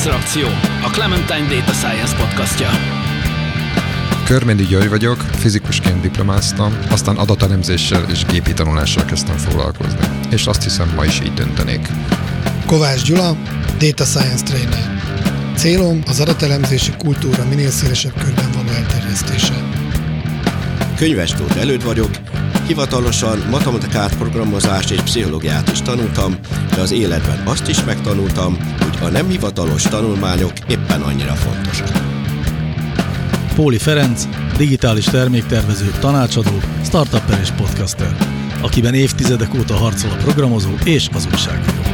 Extrakció, a Clementine Data Science podcastja. Körméndi György vagyok, fizikusként diplomáztam, aztán adatelemzéssel és gépi tanulással kezdtem foglalkozni. És azt hiszem, ma is így döntenék. Kovács Gyula, Data Science Trainer. Célom az adatelemzési kultúra minél szélesebb körben való elterjesztése. Könyves Tóth Előd vagyok, hivatalosan matematikát, programozást és pszichológiát is tanultam, de az életben azt is megtanultam, hogy a nem hivatalos tanulmányok éppen annyira fontosak. Póli Ferenc, digitális terméktervező, tanácsadó, startupper és podcaster, akiben évtizedek óta harcol a programozó és az újságíró.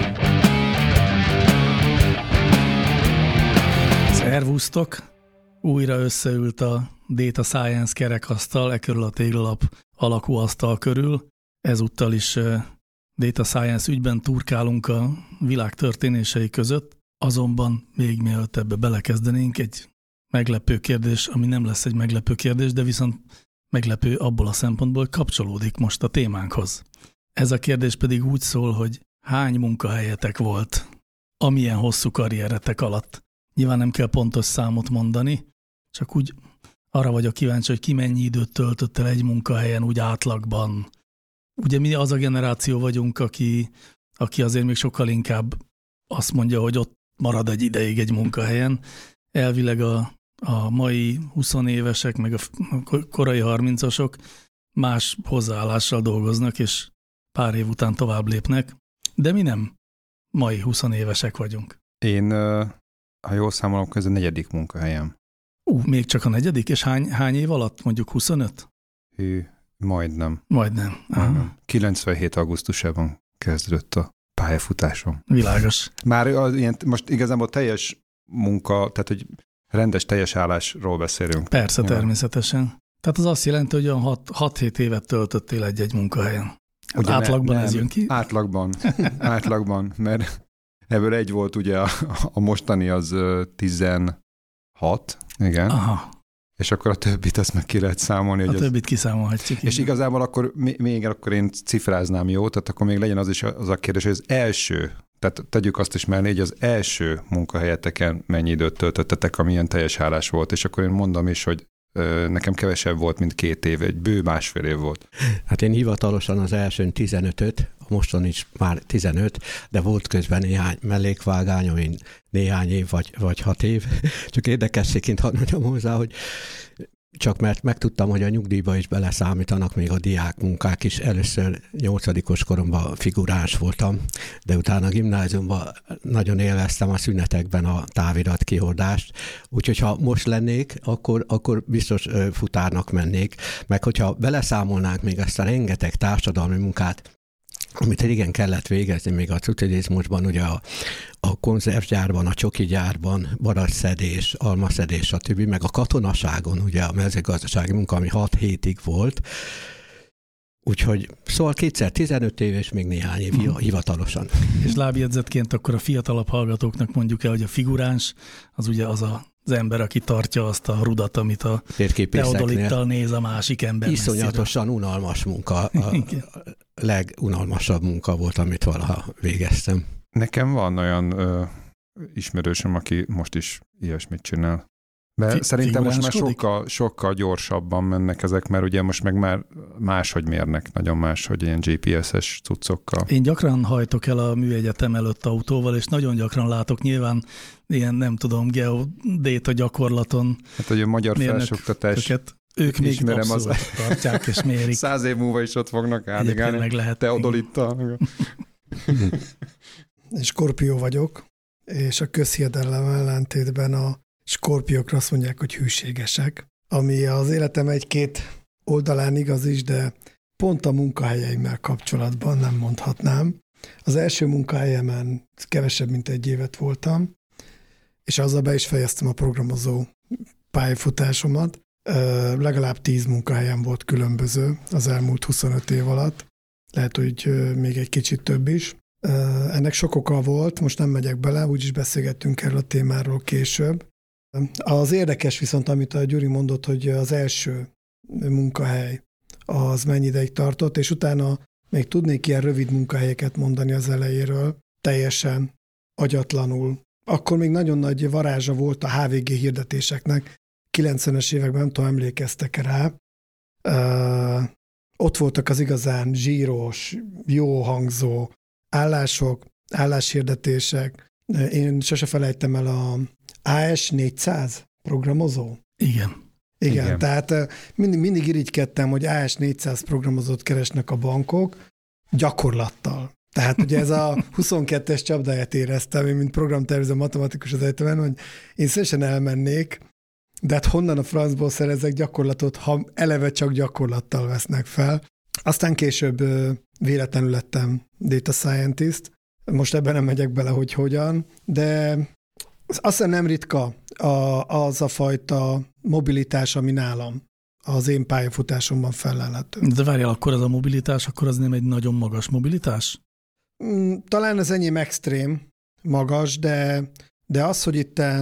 Szervusztok! Újra összeült a Data Science kerekasztal, körül a téglalap alakú asztal körül. Ezúttal is Data Science ügyben turkálunk a világ történései között, azonban még mielőtt ebbe belekezdenénk, egy meglepő kérdés, ami nem lesz egy meglepő kérdés, de viszont meglepő abból a szempontból, hogy kapcsolódik most a témánkhoz. Ez a kérdés pedig úgy szól, hogy hány munkahelyetek volt, amilyen hosszú karrieretek alatt. Nyilván nem kell pontos számot mondani, csak úgy arra vagyok kíváncsi, hogy ki mennyi időt töltött el egy munkahelyen úgy átlagban. Ugye mi az a generáció vagyunk, aki azért még sokkal inkább azt mondja, hogy ott marad egy ideig egy munkahelyen. Elvileg a mai 20 évesek, meg a korai 30-asok más hozzáállással dolgoznak, és pár év után tovább lépnek, de mi nem mai 20 évesek vagyunk. Én, ha jól számolom, ez a 4. munkahelyem. Még csak a 4. És hány év alatt? Mondjuk 25? Majdnem. Majdnem. 97. augusztusában kezdődött a pályafutásom. Világos. Már ilyen, most igazából teljes munka, tehát hogy rendes teljes állásról beszélünk. Persze, természetesen. Tehát az azt jelenti, hogy olyan 6-7 évet töltöttél egy munkahelyen. Ugye átlagban ez jön ki? Átlagban, mert ebből egy volt ugye a mostani az 16, igen. Aha. És akkor a többit azt meg ki lehet számolni. A többit kiszámolhatjuk. És igazából akkor akkor én cifráznám, jó? Tehát akkor még legyen az is az a kérdés, hogy az első, tehát tegyük azt is mellé, hogy az első munkahelyeteken mennyi időt töltöttetek, amilyen teljes állás volt, és akkor én mondom is, hogy nekem kevesebb volt, mint 2 év, egy bő 1,5 év volt. Hát én hivatalosan az elsőn 15-öt, mostan is már 15, de volt közben néhány mellékvágány, amin néhány év vagy 6 év. Csak érdekességként hadd mondjam hozzá, hogy csak mert megtudtam, hogy a nyugdíjba is beleszámítanak még a diákmunkák is. Először 8. koromban figuráns voltam, de utána a gimnáziumban nagyon élveztem a szünetekben a távirat kihordást. Úgyhogy ha most lennék, akkor biztos futárnak mennék. Meg hogyha beleszámolnánk még ezt a rengeteg társadalmi munkát, amit régen kellett végezni még a szocializmusban, ugye a konzervgyárban, a csokigyárban, baracsszedés, almaszedés, stb., meg a katonaságon, ugye a mezőgazdasági munka, ami 6 hétig volt. Úgyhogy szóval kétszer 15 év, és még néhány év hivatalosan. És lábjegyzetként akkor a fiatalabb hallgatóknak mondjuk el, hogy a figuráns az ugye az ember, aki tartja azt a rudat, amit a teodolittal néz a másik ember. Iszonyatosan unalmas munka. A legunalmasabb munka volt, amit valaha végeztem. Nekem van olyan ismerősöm, aki most is ilyesmit csinál. De szerintem most már sokkal gyorsabban mennek ezek, mert ugye most meg már máshogy mérnek, nagyon máshogy ilyen GPS-es cuccokkal. Én gyakran hajtok el a műegyetem előtt autóval, és nagyon gyakran látok nyilván ilyen, nem tudom, geodéta gyakorlaton. Hát, hogy a magyar felsőoktatás ők még abszolút tartják és mérik. 100 év múlva is ott fognak áldigálni. Teodolittal. Skorpió vagyok, és a közhiedelem ellentétben a skorpiókra azt mondják, hogy hűségesek, ami az életem 1-2 oldalán igaz is, de pont a munkahelyeimmel kapcsolatban nem mondhatnám. Az első munkahelyemen kevesebb, mint 1 évet voltam, és azzal be is fejeztem a programozó pályafutásomat. Legalább 10 munkahelyem volt különböző az elmúlt 25 év alatt. Lehet, hogy még egy kicsit több is. Ennek sok oka volt, most nem megyek bele, úgyis beszélgettünk erről a témáról később. Az érdekes viszont, amit a Gyuri mondott, hogy az első munkahely az mennyi ideig tartott, és utána még tudnék ilyen rövid munkahelyeket mondani az elejéről, teljesen agyatlanul akkor még nagyon nagy varázsa volt a HVG hirdetéseknek. 90-es években, nem tudom, emlékeztek rá. Ott voltak az igazán zsíros, jó hangzó állások, álláshirdetések. Én sose felejtem el a AS400 programozó. Igen, tehát mindig irigykedtem, hogy AS400 programozót keresnek a bankok gyakorlattal. Tehát ugye ez a 22-es csapdáját éreztem, én mint programtervező matematikus az egyetemen, hogy én szívesen elmennék, de hát honnan a francból szerezek gyakorlatot, ha eleve csak gyakorlattal vesznek fel. Aztán később véletlenül lettem data scientist. Most ebben nem megyek bele, hogy hogyan, de azt hiszem nem ritka az a fajta mobilitás, ami nálam az én pályafutásomban fellelhető. De várjál, akkor az a mobilitás, akkor az nem egy nagyon magas mobilitás? Talán az enyém extrém magas, de az, hogy itten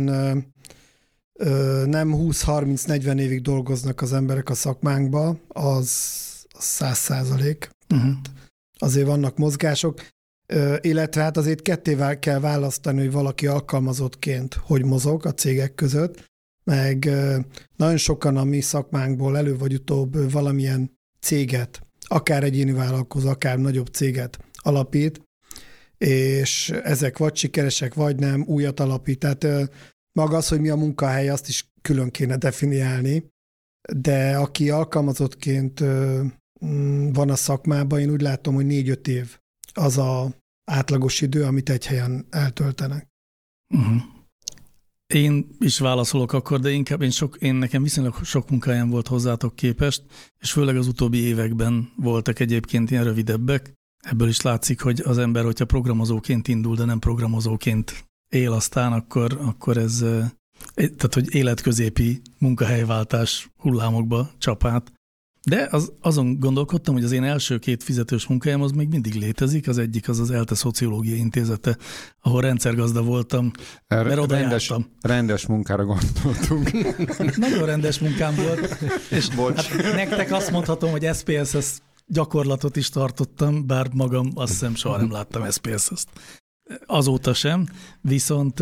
nem 20-30-40 évig dolgoznak az emberek a szakmánkba, az 100%. Azért vannak mozgások, illetve hát azért ketté kell választani, hogy valaki alkalmazottként hogy mozog a cégek között, meg nagyon sokan a mi szakmánkból elő vagy utóbb valamilyen céget, akár egyéni vállalkozó, akár nagyobb céget alapít, és ezek vagy sikeresek, vagy nem, újat alapít. Tehát maga az, hogy mi a munkahely, azt is külön kéne definiálni, de aki alkalmazottként van a szakmában, én úgy látom, hogy 4-5 év az a átlagos idő, amit egy helyen eltöltenek. Én is válaszolok akkor, de inkább én nekem viszonylag sok munkahelyem volt hozzátok képest, és főleg az utóbbi években voltak egyébként ilyen rövidebbek. Ebből is látszik, hogy az ember, hogyha programozóként indul, de nem programozóként él aztán, akkor ez, tehát hogy életközépi munkahelyváltás hullámokba csap át. De azon gondolkodtam, hogy az én első 2 fizetős munkahelyem az még mindig létezik. Az egyik az ELTE Szociológiai Intézete, ahol rendszergazda voltam, mert oda jártam. Rendes munkára gondoltunk. Nagyon rendes munkám volt, és hát nektek azt mondhatom, hogy SPSS gyakorlatot is tartottam, bár magam azt hiszem soha nem láttam SPSS-t. Azóta sem, viszont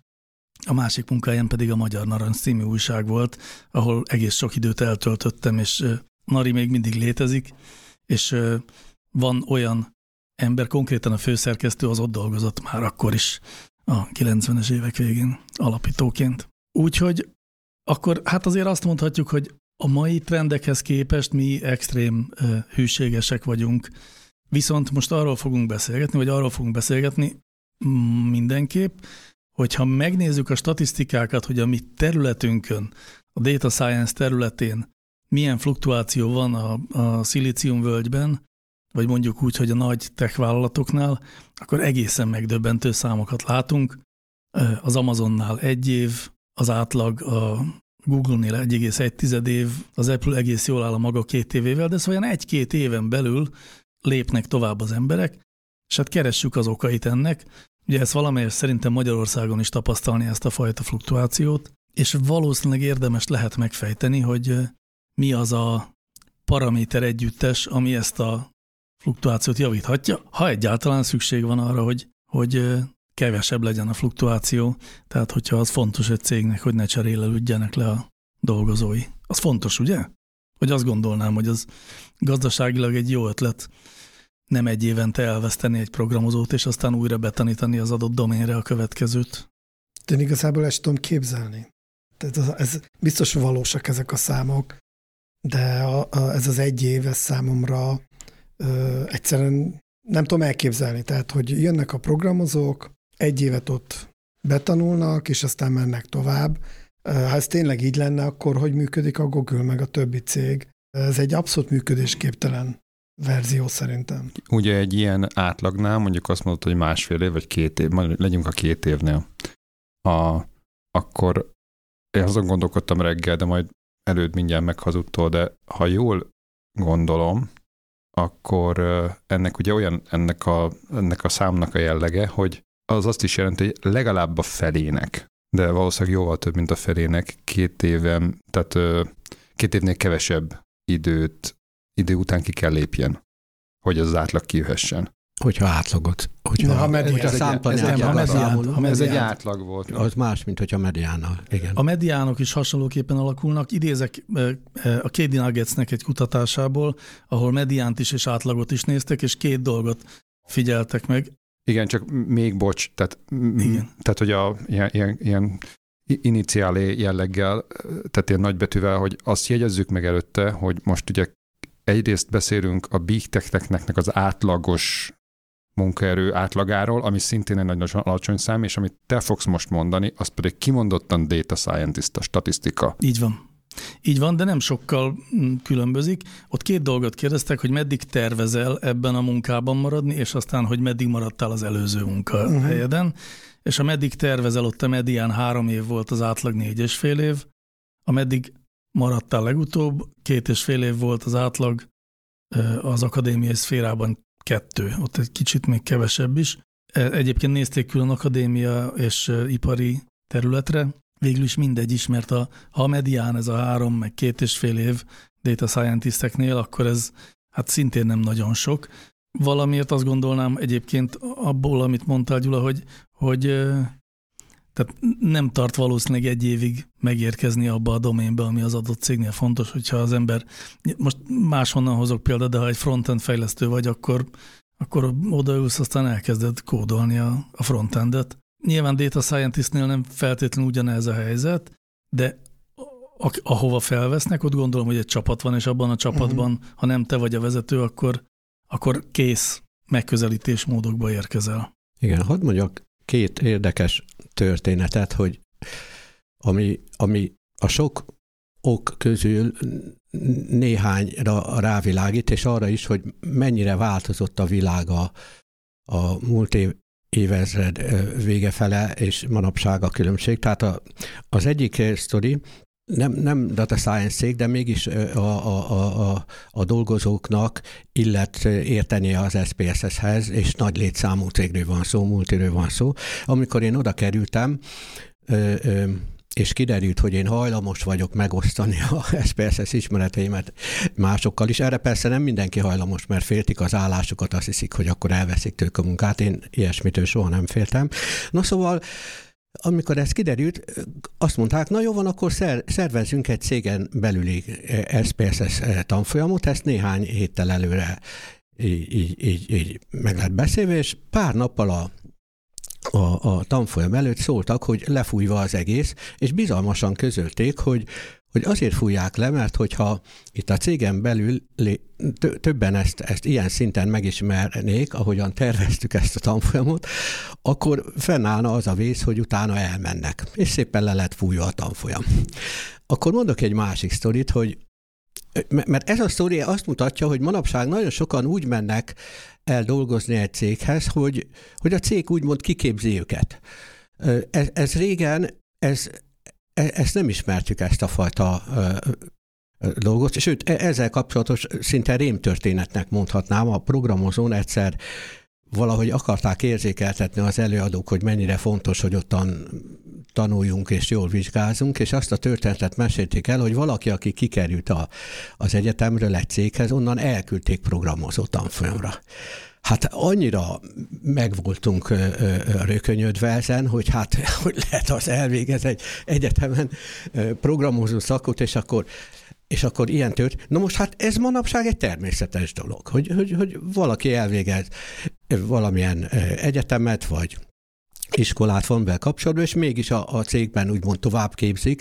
a másik munkahelyem pedig a Magyar Narancs című újság volt, ahol egész sok időt eltöltöttem, és Nari még mindig létezik, és van olyan ember, konkrétan a főszerkesztő, az ott dolgozott már akkor is a 90-es évek végén alapítóként. Úgyhogy akkor hát azért azt mondhatjuk, hogy a mai trendekhez képest mi extrém hűségesek vagyunk, viszont most arról fogunk beszélgetni mindenképp, hogyha megnézzük a statisztikákat, hogy a mi területünkön, a data science területén milyen fluktuáció van a szilíciumvölgyben, vagy mondjuk úgy, hogy a nagy tech vállalatoknál, akkor egészen megdöbbentő számokat látunk. Az Amazonnál 1 év, az átlag a Google-nél 1,1 év, az Apple egész jól áll a maga 2 évével, de szóval 1-2 éven belül lépnek tovább az emberek, és hát keressük az okait ennek. Ugye ezt valamelyest szerintem Magyarországon is tapasztalni ezt a fajta fluktuációt, és valószínűleg érdemes lehet megfejteni, hogy mi az a paraméter együttes, ami ezt a fluktuációt javíthatja, ha egyáltalán szükség van arra, hogy kevesebb legyen a fluktuáció, tehát hogyha az fontos egy cégnek, hogy ne cserélelődjenek le a dolgozói. Az fontos, ugye? Vagy azt gondolnám, hogy az gazdaságilag egy jó ötlet nem 1 évente elveszteni egy programozót, és aztán újra betanítani az adott doménre a következőt. Én igazából ezt tudom képzelni. Tehát ez biztos valósak ezek a számok, de ez az 1 év, ez számomra egyszerűen nem tudom elképzelni. Tehát, hogy jönnek a programozók, 1 évet ott betanulnak, és aztán mennek tovább. Ha ez tényleg így lenne, akkor hogy működik a Google meg a többi cég? Ez egy abszolút működésképtelen verzió szerintem. Ugye egy ilyen átlagnál, mondjuk azt mondod, hogy 1,5 év vagy 2 év, legyünk a 2 évnél, akkor én azon gondolkodtam reggel, de majd előtt mindjárt meghazudtól, de ha jól gondolom, akkor ennek ugye olyan, ennek a számnak a jellege, hogy az azt is jelenti, hogy legalább a felének, de valószínűleg jóval több, mint a felének 2 éven, tehát 2 évnél kevesebb idő után ki kell lépjen, hogy az átlag kijöhessen. Hogyha átlagot. Ez egy átlag volt. Az más, mint hogyha mediánnal. Igen. A mediánok is hasonlóképpen alakulnak. Idézek a KD Nuggetsnek egy kutatásából, ahol mediánt is és átlagot is néztek, és 2 dolgot figyeltek meg. Igen, csak még bocs, tehát hogy ilyen iniciálé jelleggel, tehát ilyen nagybetűvel, hogy azt jegyezzük meg előtte, hogy most ugye egyrészt beszélünk a big tech-nek az átlagos munkaerő átlagáról, ami szintén egy nagyon alacsony szám, és amit te fogsz most mondani, az pedig kimondottan data scientist, a statisztika. Így van, de nem sokkal különbözik. Ott 2 dolgot kérdeztek, hogy meddig tervezel ebben a munkában maradni, és aztán, hogy meddig maradtál az előző munkahelyeden. És a meddig tervezel, ott a medián 3 év volt, az átlag 4,5 év. A meddig maradtál legutóbb, 2,5 év volt az átlag, az akadémiai szférában 2, ott egy kicsit még kevesebb is. Egyébként nézték külön akadémia és ipari területre, végül is mindegy is, mert ha a medián ez a 3 meg 2,5 év data scientisteknél, akkor ez hát szintén nem nagyon sok. Valamiért azt gondolnám egyébként abból, amit mondtál, Gyula, hogy tehát nem tart valószínűleg 1 évig megérkezni abba a doménbe, ami az adott cégnél fontos, hogyha az ember, most máshonnan hozok példát, de ha egy frontend fejlesztő vagy, akkor odaülsz, aztán elkezded kódolni a frontendet. Nyilván data scientistnél nem feltétlenül ugyanez a helyzet, de ahova felvesznek, ott gondolom, hogy egy csapat van, és abban a csapatban, ha nem te vagy a vezető, akkor kész megközelítésmódokba érkezel. Igen, hadd mondjak 2 érdekes történetet, hogy ami a sok ok közül néhányra rávilágít, és arra is, hogy mennyire változott a világ a múlt évezred vége fele, és manapság a különbség. Tehát az egyik sztori, nem data science cég, de mégis a dolgozóknak illet értenie az SPSS-hez, és nagy létszámú cégről van szó, multiről van szó. Amikor én oda kerültem, és kiderült, hogy én hajlamos vagyok megosztani a SPSS ismereteimet másokkal is. Erre persze nem mindenki hajlamos, mert féltik az állásukat, azt hiszik, hogy akkor elveszik tőlük a munkát. Én ilyesmitől soha nem féltem. No szóval, amikor ez kiderült, azt mondták, na jó van, akkor szervezzünk egy cégen belüli SPSS tanfolyamot, ezt néhány héttel előre így meg lehet beszélve, és pár nappal a tanfolyam előtt szóltak, hogy lefújva az egész, és bizalmasan közölték, hogy azért fújják le, mert hogyha itt a cégen belül többen ezt ilyen szinten megismernék, ahogyan terveztük ezt a tanfolyamot, akkor fennállna az a vész, hogy utána elmennek. És szépen le lett fújva a tanfolyam. Akkor mondok egy másik sztorit, hogy mert ez a sztori azt mutatja, hogy manapság nagyon sokan úgy mennek el dolgozni egy céghez, hogy a cég úgymond kiképzi őket. Ez régen, ezt nem ismertük, ezt a fajta dolgot, sőt, ezzel kapcsolatos szinte rémtörténetnek mondhatnám. A programozón egyszer valahogy akarták érzékeltetni az előadók, hogy mennyire fontos, hogy ottan tanuljunk és jól vizsgázunk, és azt a történetet mesélték el, hogy valaki, aki kikerült az egyetemről egy céghez, onnan elküldték programozó tanfolyamra. Hát annyira megvoltunk rökönyödve ezen, hogy hogy lehet az elvégez egy egyetemen programozó szakot, és akkor ilyen tört. Na most hát ez manapság egy természetes dolog, hogy valaki elvégez valamilyen egyetemet, vagy iskolát van vele kapcsolatban, és mégis a cégben úgymond tovább képzik,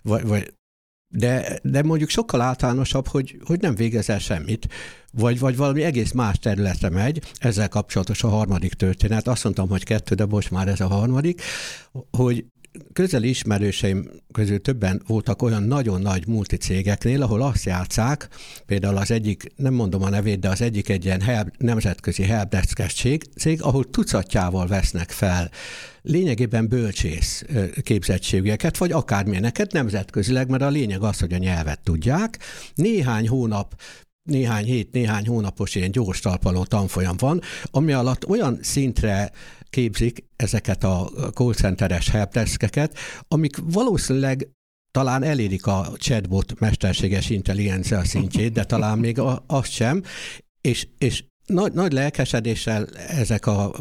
de mondjuk sokkal általánosabb, hogy nem végezel semmit, vagy valami egész más területre megy. Ezzel kapcsolatos a harmadik történet. Azt mondtam, hogy 2, de most már ez a harmadik, hogy közeli ismerőseim közül többen voltak olyan nagyon nagy multicégeknél, ahol azt játsszák, például az egyik, nem mondom a nevét, de az egyik egy ilyen nemzetközi helpdesk-es cég, ahol tucatjával vesznek fel lényegében bölcsész képzettségűeket, vagy akármilyeneket nemzetközileg, mert a lényeg az, hogy a nyelvet tudják. Néhány hét, néhány hónapos ilyen gyors talpaló tanfolyam van, ami alatt olyan szintre képzik ezeket a call centeres helpdeskeket, amik valószínűleg talán elérik a chatbot mesterséges intelligencia szintjét, de talán még azt sem, és Nagy lelkesedéssel ezek a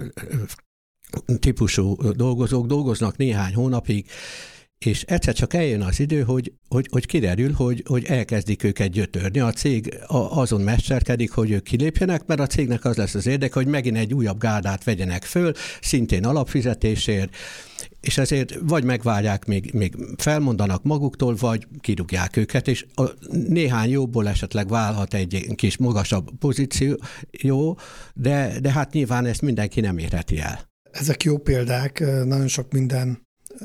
típusú dolgozók dolgoznak néhány hónapig, és egyszer csak eljön az idő, hogy kiderül, hogy elkezdik őket gyötörni. A cég azon mesterkedik, hogy ők kilépjenek, mert a cégnek az lesz az érdeke, hogy megint egy újabb gárdát vegyenek föl, szintén alapfizetésért, és ezért vagy megvárják, még felmondanak maguktól, vagy kirúgják őket, és néhány jóból esetleg válhat egy kis magasabb pozíció, de hát nyilván ezt mindenki nem érheti el. Ezek jó példák, nagyon sok minden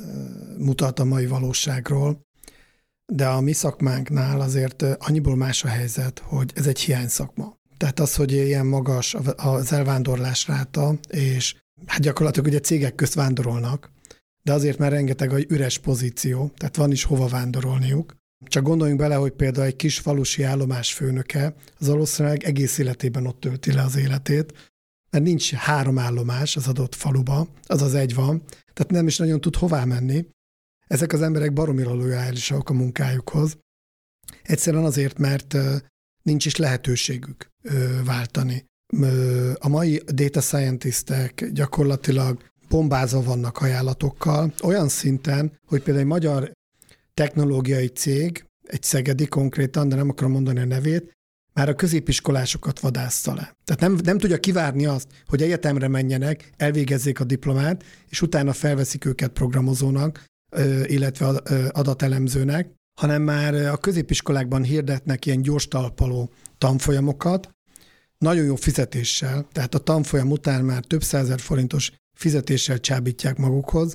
mutat a mai valóságról, de a mi szakmánknál azért annyiból más a helyzet, hogy ez egy hiányszakma. Tehát az, hogy ilyen magas az elvándorlás ráta, és hát gyakorlatilag ugye cégek közt vándorolnak, de azért már rengeteg a üres pozíció, tehát van is hova vándorolniuk. Csak gondoljunk bele, hogy például egy kis falusi állomás főnöke, az valószínűleg egész életében ott tölti le az életét, mert nincs 3 állomás az adott faluba, azaz 1 van, tehát nem is nagyon tud hová menni. Ezek az emberek baromira lojálisak a munkájukhoz. Egyszerűen azért, mert nincs is lehetőségük váltani. A mai data scientistek gyakorlatilag bombázva vannak ajánlatokkal, olyan szinten, hogy például egy magyar technológiai cég, egy szegedi konkrétan, de nem akarom mondani a nevét, már a középiskolásokat vadászta le. Tehát nem tudja kivárni azt, hogy egyetemre menjenek, elvégezzék a diplomát, és utána felveszik őket programozónak, illetve adatelemzőnek, hanem már a középiskolákban hirdetnek ilyen gyors talpaló tanfolyamokat, nagyon jó fizetéssel, tehát a tanfolyam után már több 100 000 forintos fizetéssel csábítják magukhoz,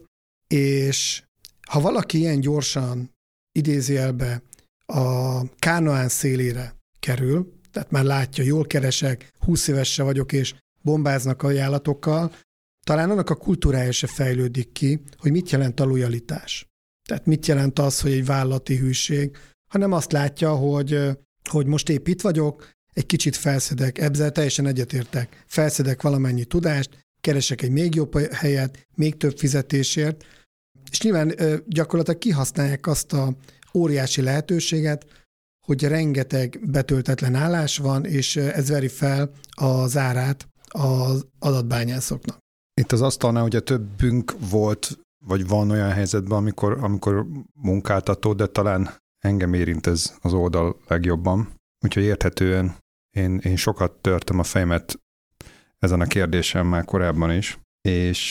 és ha valaki ilyen gyorsan idézőjelbe a Kánaán szélére kerül, tehát már látja, jól keresek, 20 éves se vagyok, és bombáznak ajánlatokkal, talán annak a kultúrája se fejlődik ki, hogy mit jelent a lojalitás. Tehát mit jelent az, hogy egy vállalati hűség, hanem azt látja, hogy most épp itt vagyok, egy kicsit felszedek, ezzel teljesen egyetértek, felszedek valamennyi tudást, keresek egy még jobb helyet, még több fizetésért, és nyilván gyakorlatilag kihasználják azt a óriási lehetőséget, hogy rengeteg betöltetlen állás van, és ez veri fel az árát az adatbányászoknak. Itt az asztalnál ugye többünk volt, vagy van olyan helyzetben, amikor munkáltató, de talán engem érint ez az oldal legjobban. Úgyhogy érthetően én sokat törtem a fejemet ezen a kérdésen már korábban is, és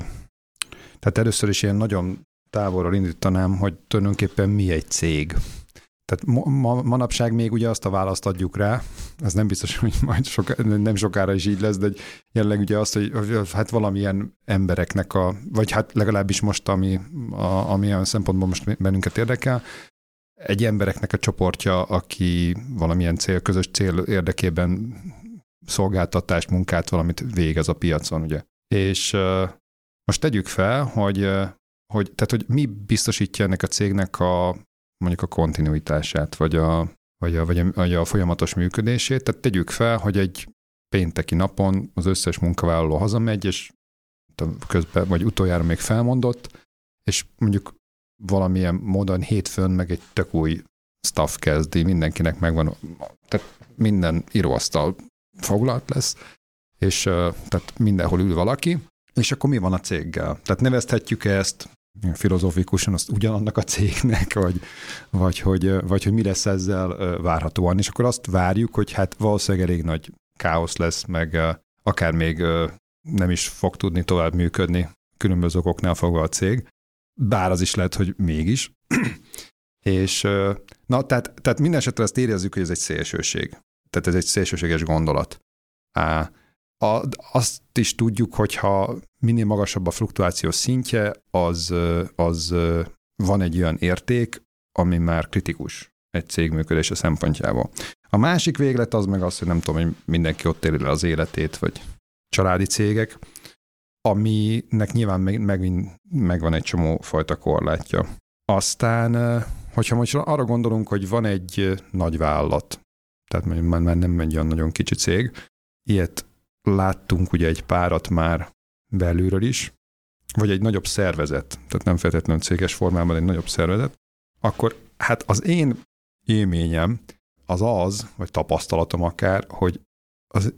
tehát először is ilyen nagyon távolról indítanám, hogy tulajdonképpen mi egy cég. Tehát manapság még ugye azt a választ adjuk rá, ez nem biztos, hogy majd nem sokára is így lesz, de jelenleg ugye azt, hogy hát valamilyen embereknek vagy hát legalábbis most, ami olyan szempontból most bennünket érdekel, egy embereknek a csoportja, aki valamilyen közös cél érdekében szolgáltatást, munkát, valamit végez a piacon, ugye. És most tegyük fel, hogy mi biztosítja ennek a cégnek mondjuk a kontinuitását, vagy a folyamatos működését. Tehát tegyük fel, hogy egy pénteki napon az összes munkavállaló hazamegy, és közben, vagy utoljára még felmondott, és mondjuk valamilyen módon hétfőn meg egy tök új staff kezdi, mindenkinek megvan, tehát minden íróasztal foglalt lesz, és tehát mindenhol ül valaki, és akkor mi van a céggel? Tehát nevezhetjük ezt filozófikusan azt ugyanannak a cégnek, vagy hogy mi lesz ezzel várhatóan, és akkor azt várjuk, hogy hát valószínűleg elég nagy káosz lesz, meg akár még nem is fog tudni tovább működni különböző okoknál fogva a cég, bár az is lehet, hogy mégis. És tehát minden esetre azt érezzük, hogy ez egy szélsőség. Tehát ez egy szélsőséges gondolat. Azt is tudjuk, hogyha minél magasabb a fluktuáció szintje, az van egy olyan érték, ami már kritikus egy cég működése szempontjából. A másik véglet az meg az, hogy nem tudom, hogy mindenki ott éli le az életét, vagy családi cégek, aminek nyilván megvan egy csomó fajta korlátja. Aztán, hogyha most arra gondolunk, hogy van egy nagy vállalat, tehát már nem egy olyan nagyon kicsi cég, ilyet láttunk ugye egy párat már belülről is, vagy egy nagyobb szervezet, tehát nem feltétlenül céges formában egy nagyobb szervezet, akkor hát az én élményem az, vagy tapasztalatom akár, hogy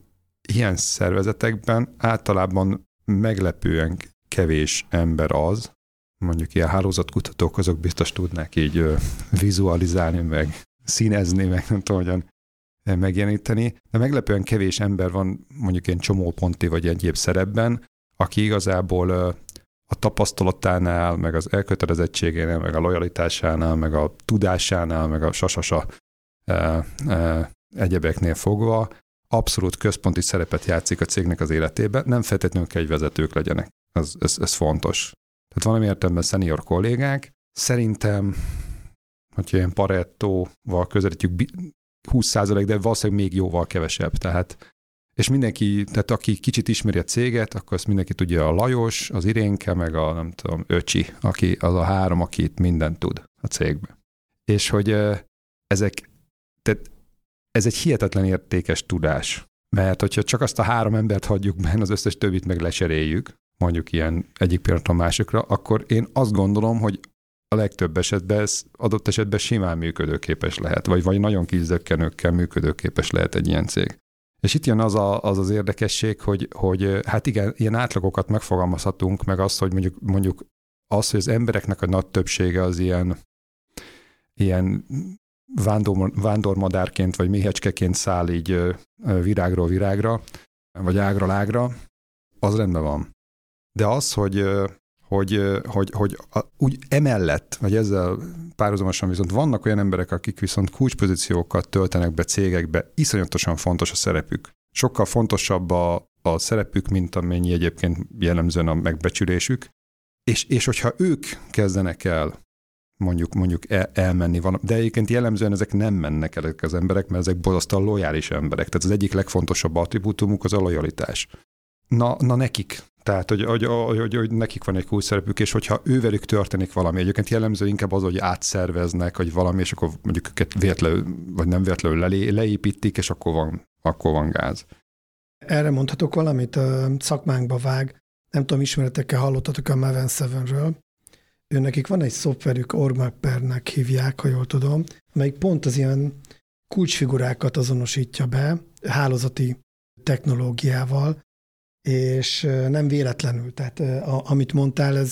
ilyen szervezetekben általában meglepően kevés ember az, mondjuk ilyen hálózatkutatók, azok biztos tudnák így vizualizálni, meg színezni, meg nem tudom, hogyan megjeleníteni, de meglepően kevés ember van mondjuk ilyen csomóponti vagy egyéb szerepben, aki igazából a tapasztalatánál, meg az elkötelezettségénél, meg a lojalitásánál, meg a tudásánál, meg a sasasa egyebeknél fogva abszolút központi szerepet játszik a cégnek az életében, nem feltétlenül kell, hogy vezetők legyenek. Ez fontos. Tehát valami értelemben senior kollégák, szerintem, hogyha ilyen Paretóval közelítjük 20%, de valószínűleg még jóval kevesebb. Tehát, és mindenki, tehát aki kicsit ismeri a céget, akkor azt mindenki tudja, a Lajos, az Irénke, meg a nem tudom, Öcsi, aki az a 3, aki itt mindent tud a cégben. És hogy tehát ez egy hihetetlen értékes tudás. Mert hogyha csak azt a 3 embert hagyjuk benne, az összes többit meg lecseréljük, mondjuk ilyen egyik pillanatban másikra, akkor én azt gondolom, hogy a legtöbb esetben ez adott esetben simán működőképes lehet, vagy nagyon kis zökkenőkkel működőképes lehet egy ilyen cég. És itt jön az érdekesség, hogy hát igen, ilyen átlagokat megfogalmazhatunk, meg azt, hogy mondjuk az, hogy az embereknek a nagy többsége az ilyen vándormadárként, vagy méhecskeként száll így virágról virágra, vagy ágról ágra, az rendben van. De az, hogy úgy emellett, vagy ezzel párhuzamosan viszont vannak olyan emberek, akik viszont kulcspozíciókat töltenek be cégekbe, iszonyatosan fontos a szerepük. Sokkal fontosabb a szerepük, mint amennyi egyébként jellemzően a megbecsülésük. És hogyha ők kezdenek el mondjuk elmenni, de egyébként jellemzően ezek nem mennek el az emberek, mert ezek borzasztóan lojális emberek. Tehát az egyik legfontosabb attribútumuk az a lojalitás. Na nekik. Tehát, hogy nekik van egy kulcsszerepük, és hogyha ővelük történik valami, egyébként jellemző inkább az, hogy átszerveznek, vagy valami, és akkor mondjuk őket véletlenül, vagy nem véletlenül leépítik, és akkor van gáz. Erre mondhatok valamit, szakmánkba vág. Nem tudom, ismeretekkel hallottatok a Maven 7-ről. Nekik van egy szoftverük, Orgmappernek hívják, ha jól tudom, amelyik pont az ilyen kulcsfigurákat azonosítja be hálózati technológiával, és nem véletlenül. Tehát amit mondtál,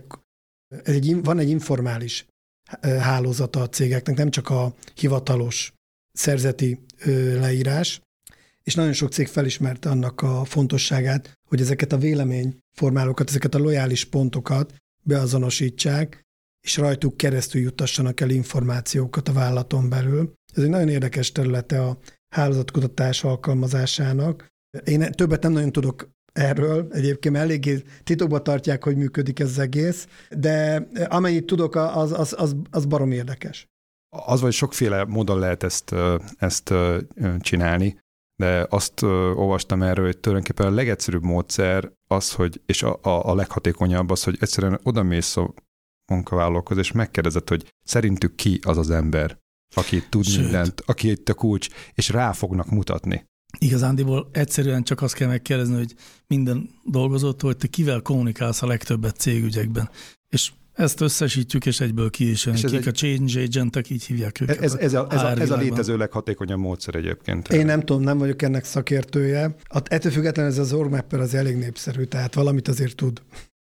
van egy informális hálózata a cégeknek, nem csak a hivatalos szerzeti leírás, és nagyon sok cég felismerte annak a fontosságát, hogy ezeket a véleményformálókat, ezeket a lojális pontokat beazonosítsák, és rajtuk keresztül juttassanak el információkat a vállalaton belül. Ez egy nagyon érdekes területe a hálózatkutatás alkalmazásának. Én többet nem nagyon tudok erről, egyébként eléggé titokban tartják, hogy működik ez az egész, de amennyit tudok, az barom érdekes. Az vagy sokféle módon lehet ezt csinálni, de azt olvastam erről, hogy tulajdonképpen a legegyszerűbb módszer az, hogy, és a leghatékonyabb az, hogy egyszerűen odamész a munkavállalókhoz, és megkérdezed, hogy szerintük ki az az ember, aki tud mindent, aki itt a kulcs, és rá fognak mutatni. Igazándiból egyszerűen csak azt kell megkérdezni, hogy minden dolgozótól, hogy te kivel kommunikálsz a legtöbbet cégügyekben. És ezt összesítjük, és egyből ki is jön. Kik a change agentek, így hívják őket. Ez a létező leghatékonyabb módszer egyébként. Én nem tudom, nem vagyok ennek szakértője. Ettől függetlenül ez az Orgmapper az elég népszerű, tehát valamit azért tud.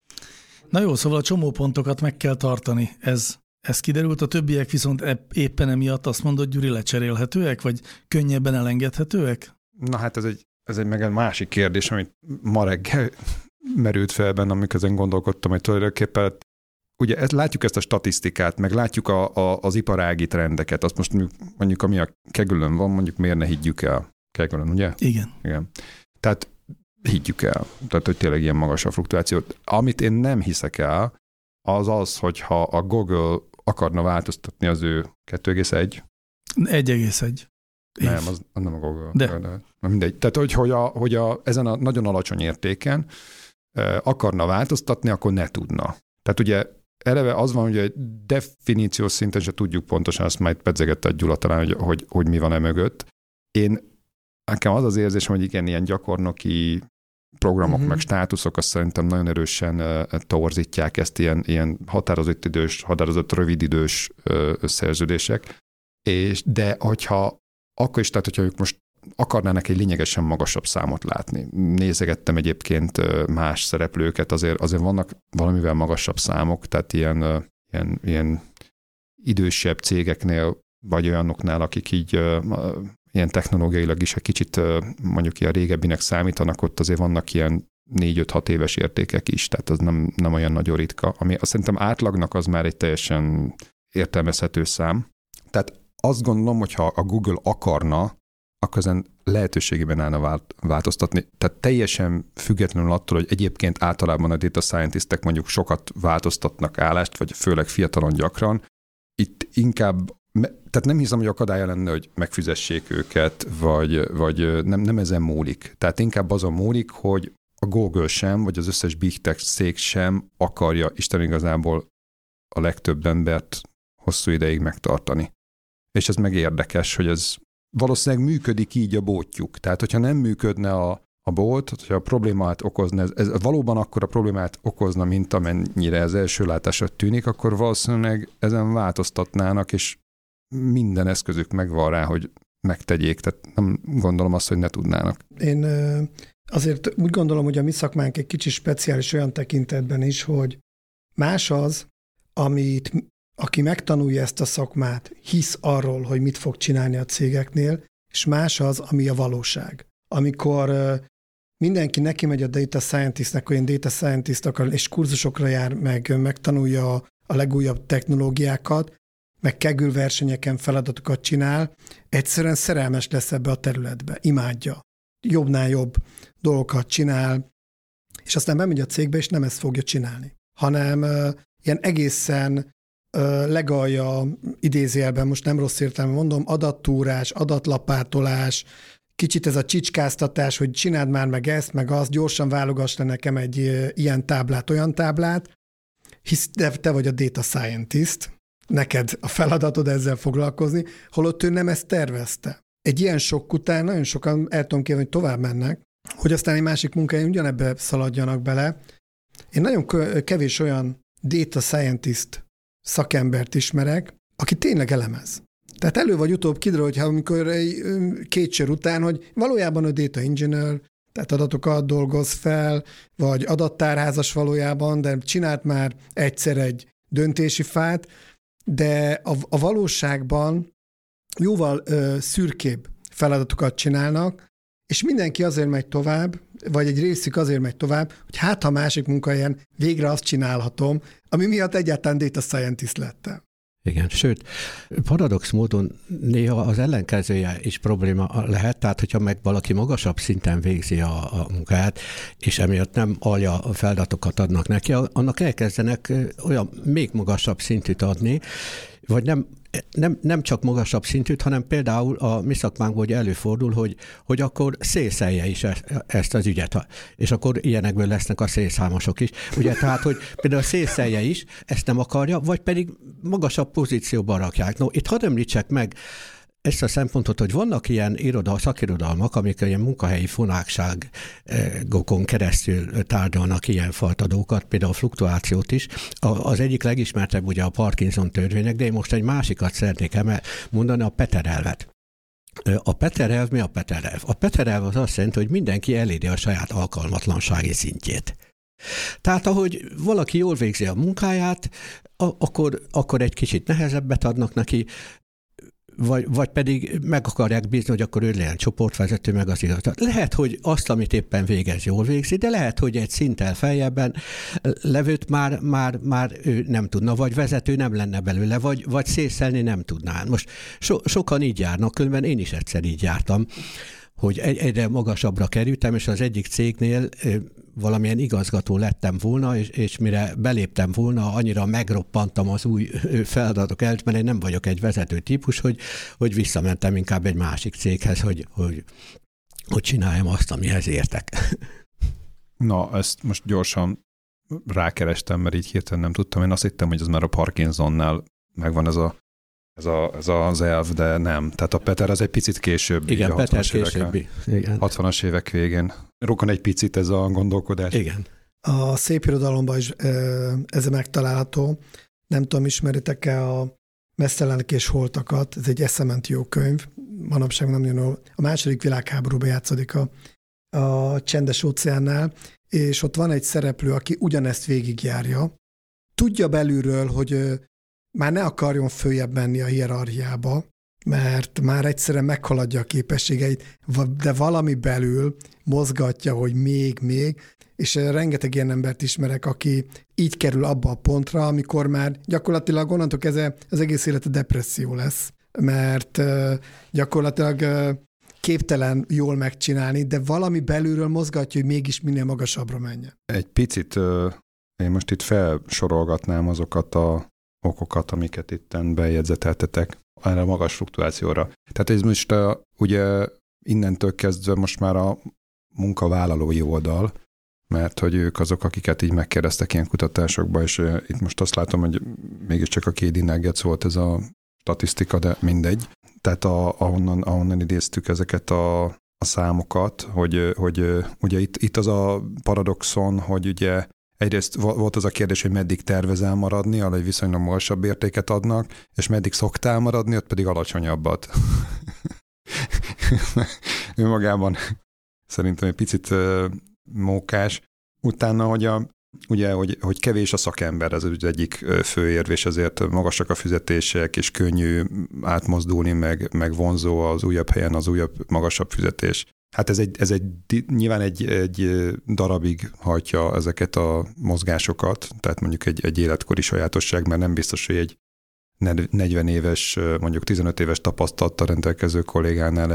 Na jó, szóval a csomópontokat meg kell tartani. Ez kiderült, a többiek viszont éppen emiatt azt mondod, Gyuri, lecserélhetőek, vagy könnyebben elengedhetőek? Na hát ez egy meg másik kérdés, amit ma reggel merült fel bennem, amikor ezen gondolkodtam, hogy tulajdonképpen ugye látjuk ezt a statisztikát, meg látjuk az iparági trendeket, azt most mondjuk ami a Kegülön van, mondjuk miért ne higgyük el Kegülön, ugye? Igen. Tehát higgyük el, tehát hogy tényleg ilyen magas a fluktuáció. Amit én nem hiszek el, az, hogyha a Google akarna változtatni az ő 2,1. 1,1. Nem, az nem a Google. De. Mindegy. Tehát, hogy ezen a nagyon alacsony értéken akarna változtatni, akkor ne tudna. Tehát ugye eleve az van, hogy definíciós szinten se tudjuk pontosan, azt majd pedzegette a Gyula talán, hogy mi van mögött. Nekem az az érzésem, hogy igen, ilyen gyakornoki programok, meg státuszok, azt szerintem nagyon erősen torzítják ezt ilyen határozott rövididős szerződések. De hogyha akkor is, tehát hogyha ők most akarnának egy lényegesen magasabb számot látni. Nézegettem egyébként más szereplőket, azért vannak valamivel magasabb számok, tehát ilyen idősebb cégeknél, vagy olyanoknál, akik így ilyen technológiailag is egy kicsit mondjuk ilyen régebbinek számítanak, ott azért vannak ilyen 4-5-6 éves értékek is, tehát az nem olyan nagyon ritka. Ami azt szerintem átlagnak az már egy teljesen értelmezhető szám. Tehát azt gondolom, hogy ha a Google akarna, akkor ezen lehetőségében állna változtatni. Tehát teljesen függetlenül attól, hogy egyébként általában a data scientistek mondjuk sokat változtatnak állást, vagy főleg fiatalon gyakran. Itt inkább, tehát nem hiszem, hogy akadálya lenne, hogy megfizessék őket, vagy nem ezen múlik. Tehát inkább azon múlik, hogy a Google sem, vagy az összes big tech cég sem akarja Isten igazából a legtöbb embert hosszú ideig megtartani. És ez meg érdekes, hogy ez valószínűleg működik így a bótjuk. Tehát, hogyha nem működne a bót, hogyha a problémát okozna, ez valóban akkor a problémát okozna, mint amennyire ez első látásra tűnik, akkor valószínűleg ezen változtatnának, és minden eszközük megvan rá, hogy megtegyék. Tehát nem gondolom azt, hogy ne tudnának. Én azért úgy gondolom, hogy a mi szakmánk egy kicsit speciális olyan tekintetben is, hogy más az, aki megtanulja ezt a szakmát, hisz arról, hogy mit fog csinálni a cégeknél, és más az, ami a valóság. Amikor mindenki neki megy a data scientistnek, olyan data scientist akar, és kurzusokra jár, megtanulja a legújabb technológiákat, meg kegül versenyeken feladatokat csinál, egyszerűen szerelmes lesz ebbe a területbe, imádja. Jobbnál jobb dolgokat csinál, és aztán bemegy a cégbe, és nem ezt fogja csinálni, hanem ilyen egészen legalja, idézőjelben, most nem rossz értelemben mondom, adattúrás, adatlapátolás, kicsit ez a csicskáztatás, hogy csináld már meg ezt, meg azt, gyorsan válogass le nekem egy ilyen táblát, olyan táblát, hisz te vagy a data scientist, neked a feladatod ezzel foglalkozni, holott ő nem ezt tervezte. Egy ilyen sok után nagyon sokan el tudom kérni, hogy tovább mennek, hogy aztán egy másik munkáján ugyanebbe szaladjanak bele. Én nagyon kevés olyan data scientist szakembert ismerek, aki tényleg elemez. Tehát elő vagy utóbb kiderül, hogy amikor két sor után, hogy valójában a data engineer, tehát adatokat dolgoz fel, vagy adattárházas valójában, de csinált már egyszer egy döntési fát, de a valóságban jóval szürkébb feladatokat csinálnak, és mindenki azért megy tovább, vagy egy részük azért megy tovább, hogy hát ha másik munkahelyen végre azt csinálhatom, ami miatt egyáltalán data scientist lettem. Igen, sőt, paradox módon néha az ellenkezője is probléma lehet, tehát hogyha meg valaki magasabb szinten végzi a munkáját, és emiatt nem alja feladatokat adnak neki, annak elkezdenek olyan még magasabb szintűt adni, vagy nem csak magasabb szintűt, hanem például a mi szakmánkból előfordul, hogy akkor szélszelje is ezt az ügyet, és akkor ilyenekből lesznek a szélszámosok is. Ugye, tehát, hogy például a szélszelje is ezt nem akarja, vagy pedig magasabb pozícióban rakják. No, itt hadd említsek meg ezt a szempontot, hogy vannak ilyen szakirodalmak, amik ilyen munkahelyi fonákságokon keresztül tárgyalnak ilyen faltadókat, például a fluktuációt is. Az egyik legismertebb ugye a Parkinson törvények, de én most egy másikat szeretnék mondani, a Peter elvet. A Peter elv mi a Peter elv? A Peter elv az azt jelenti, hogy mindenki eléri a saját alkalmatlansági szintjét. Tehát ahogy valaki jól végzi a munkáját, akkor egy kicsit nehezebbet adnak neki, vagy pedig meg akarják bízni, hogy akkor ő legyen csoportvezető, meg az igaz. Lehet, hogy azt, amit éppen végez, jól végzi, de lehet, hogy egy szinttel feljebben levőt már ő nem tudna, vagy vezető nem lenne belőle, vagy szészelni nem tudná. Most sokan így járnak, különben én is egyszer így jártam, hogy egyre magasabbra kerültem, és az egyik cégnél valamilyen igazgató lettem volna, és mire beléptem volna, annyira megroppantam az új feladatok előtt, mert én nem vagyok egy vezető típus, hogy visszamentem inkább egy másik céghez, hogy csináljam azt, amihez értek. Na, ezt most gyorsan rákerestem, mert így hirtelen nem tudtam. Én azt hittem, hogy ez már a Parkinsonnál megvan ez az elv, de nem. Tehát a Peter az egy picit később. Igen, Peter későbbi. 60-as évek végén. Rokon egy picit ez a gondolkodás. Igen. A szépirodalomban is ez megtalálható. Nem tudom, ismeritek-e a Mesztelenek és holtakat, ez egy eszement jó könyv, manapság nem jön, a második világháborúban játszódik a Csendes óceánnál, és ott van egy szereplő, aki ugyanezt végigjárja. Tudja belülről, hogy már ne akarjon följebb menni a hierarchiába, mert már egyszerűen meghaladja a képességeit, de valami belül mozgatja, hogy még, és rengeteg ilyen embert ismerek, aki így kerül abba a pontra, amikor már gyakorlatilag onnantól kezdve az egész élete depresszió lesz, mert gyakorlatilag képtelen jól megcsinálni, de valami belülről mozgatja, hogy mégis minél magasabbra menjen. Egy picit én most itt felsorolgatnám azokat a okokat, amiket itten bejegyzeteltetek erre a magas fluktuációra. Tehát ez most ugye innentől kezdve most már a munkavállalói oldal, mert hogy ők azok, akiket így megkérdeztek ilyen kutatásokban, és itt most azt látom, hogy mégiscsak a Katie Nuggets volt ez a statisztika, de mindegy. Tehát ahonnan idéztük ezeket a számokat, hogy ugye itt az a paradoxon, hogy ugye egyrészt volt az a kérdés, hogy meddig tervezel maradni, ahol egy viszonylag magasabb értéket adnak, és meddig szoktál maradni, ott pedig alacsonyabbat. Önmagában szerintem egy picit mókás. Utána, hogy kevés a szakember, ez az egyik főérv, és ezért magasak a fizetések, és könnyű átmozdulni, meg vonzó az újabb helyen az újabb, magasabb fizetés. Hát ez nyilván egy darabig hajtja ezeket a mozgásokat, tehát mondjuk egy életkori sajátosság, mert nem biztos, hogy egy 40 éves, mondjuk 15 éves tapasztalattal rendelkező kollégánál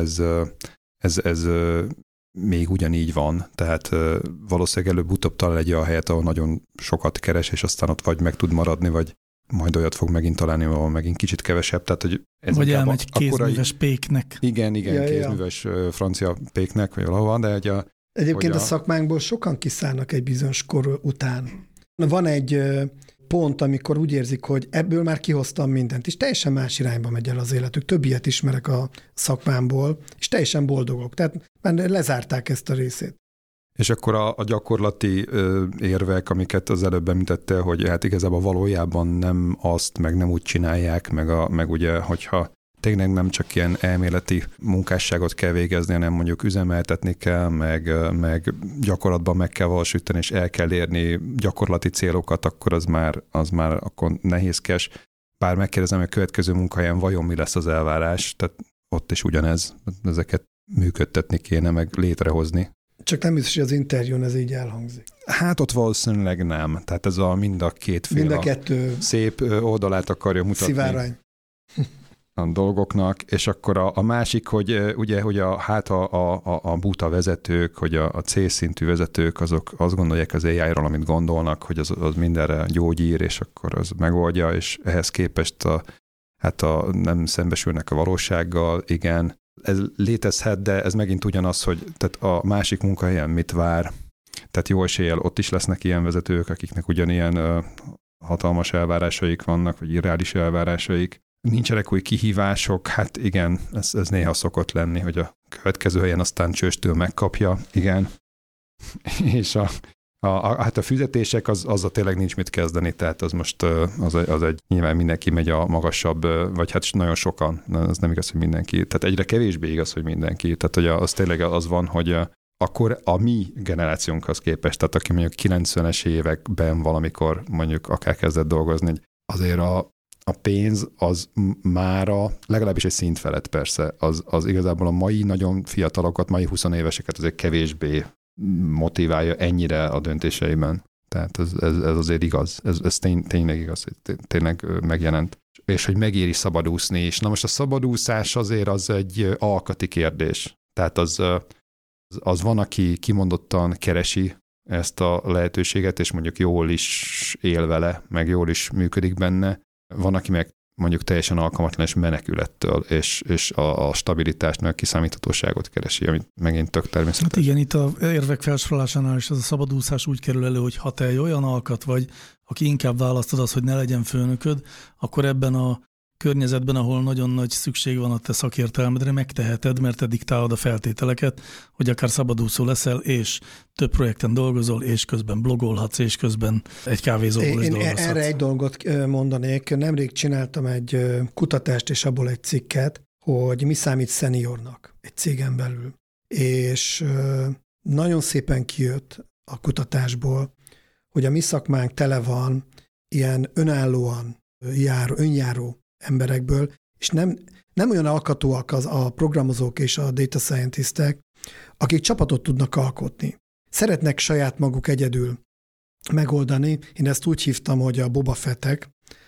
ez még ugyanígy van, tehát valószínűleg előbb-utóbb talál egy olyan helyet, ahol nagyon sokat keres, és aztán ott vagy meg tud maradni, vagy majd olyat fog megint találni, ahol megint kicsit kevesebb. Tehát, hogy ez vagy elmegy kézműves péknek. Igen, kézműves francia péknek, vagy valahol, de egyébként a szakmánkból sokan kiszállnak egy bizonyos kor után. Van egy pont, amikor úgy érzik, hogy ebből már kihoztam mindent, és teljesen más irányba megy el az életük. Több ilyet ismerek a szakmámból, és teljesen boldogok. Tehát már lezárták ezt a részét. És akkor a gyakorlati érvek, amiket az előbb említettél, hogy hát igazából valójában nem azt, meg nem úgy csinálják, meg ugye, hogyha tényleg nem csak ilyen elméleti munkásságot kell végezni, hanem mondjuk üzemeltetni kell, meg gyakorlatban meg kell valósítani, és el kell érni gyakorlati célokat, akkor az már akkor nehézkes. Bár megkérdezem, hogy a következő munkahelyen vajon mi lesz az elvárás, tehát ott is ugyanez, ezeket működtetni kéne, meg létrehozni. Csak nem biztos, hogy az interjún ez így elhangzik. Hát ott valószínűleg nem. Tehát ez mind a két fél mind a kettő szép oldalát akarja mutatni. Szivárvány. A dolgoknak, és akkor a másik, hogy ugye, hogy a buta vezetők, hogy a C-szintű vezetők, azok azt gondolják az AI-ról, amit gondolnak, hogy az mindenre gyógyír, és akkor az megoldja, és ehhez képest nem szembesülnek a valósággal, igen. Ez létezhet, de ez megint ugyanaz, hogy tehát a másik munkahelyen mit vár, tehát jó eséllyel ott is lesznek ilyen vezetők, akiknek ugyanilyen hatalmas elvárásaik vannak, vagy irreális elvárásaik. Nincsenek új kihívások, hát igen, ez néha szokott lenni, hogy a következő helyen aztán csőstől megkapja, igen. És hát a fizetések, az tényleg nincs mit kezdeni, tehát az most az egy nyilván mindenki megy a magasabb, vagy hát nagyon sokan, az nem igaz, hogy mindenki, tehát egyre kevésbé igaz, hogy mindenki, tehát hogy az tényleg az van, hogy akkor a mi generációnkhoz képest, tehát aki mondjuk 90-es években valamikor mondjuk akár kezdett dolgozni, azért a pénz az mára legalábbis egy szint felett persze, az igazából a mai nagyon fiatalokat, mai 20 éveseket azért kevésbé motiválja ennyire a döntéseiben. Tehát ez azért igaz. Ez tényleg igaz, hogy tényleg megjelent. És hogy megéri szabadúszni is. Na most a szabadúszás azért az egy alkati kérdés. Tehát az van, aki kimondottan keresi ezt a lehetőséget, és mondjuk jól is él vele, meg jól is működik benne. Van, aki meg mondjuk teljesen alkalmatlan és menekül ettől, és a stabilitást, meg a kiszámíthatóságot keresi, amit megint tök természetes. Hát igen, itt a érvek felsorolásánál is az a szabadúszás úgy kerül elő, hogy ha te egy olyan alkat vagy, aki inkább választod azt, hogy ne legyen főnököd, akkor ebben a környezetben, ahol nagyon nagy szükség van a te szakértelmedre, megteheted, mert te diktálod a feltételeket, hogy akár szabadúszó leszel, és több projekten dolgozol, és közben blogolhatsz, és közben egy kávézóból is dolgozhatsz. Én erre egy dolgot mondanék. Nemrég csináltam egy kutatást, és abból egy cikket, hogy mi számít szeniornak egy cégen belül. És nagyon szépen kijött a kutatásból, hogy a mi szakmánk tele van ilyen önállóan önjáró emberekből, és nem olyan alkatóak a programozók és a data scientistek, akik csapatot tudnak alkotni. Szeretnek saját maguk egyedül megoldani. Én ezt úgy hívtam, hogy a Boba Fettek,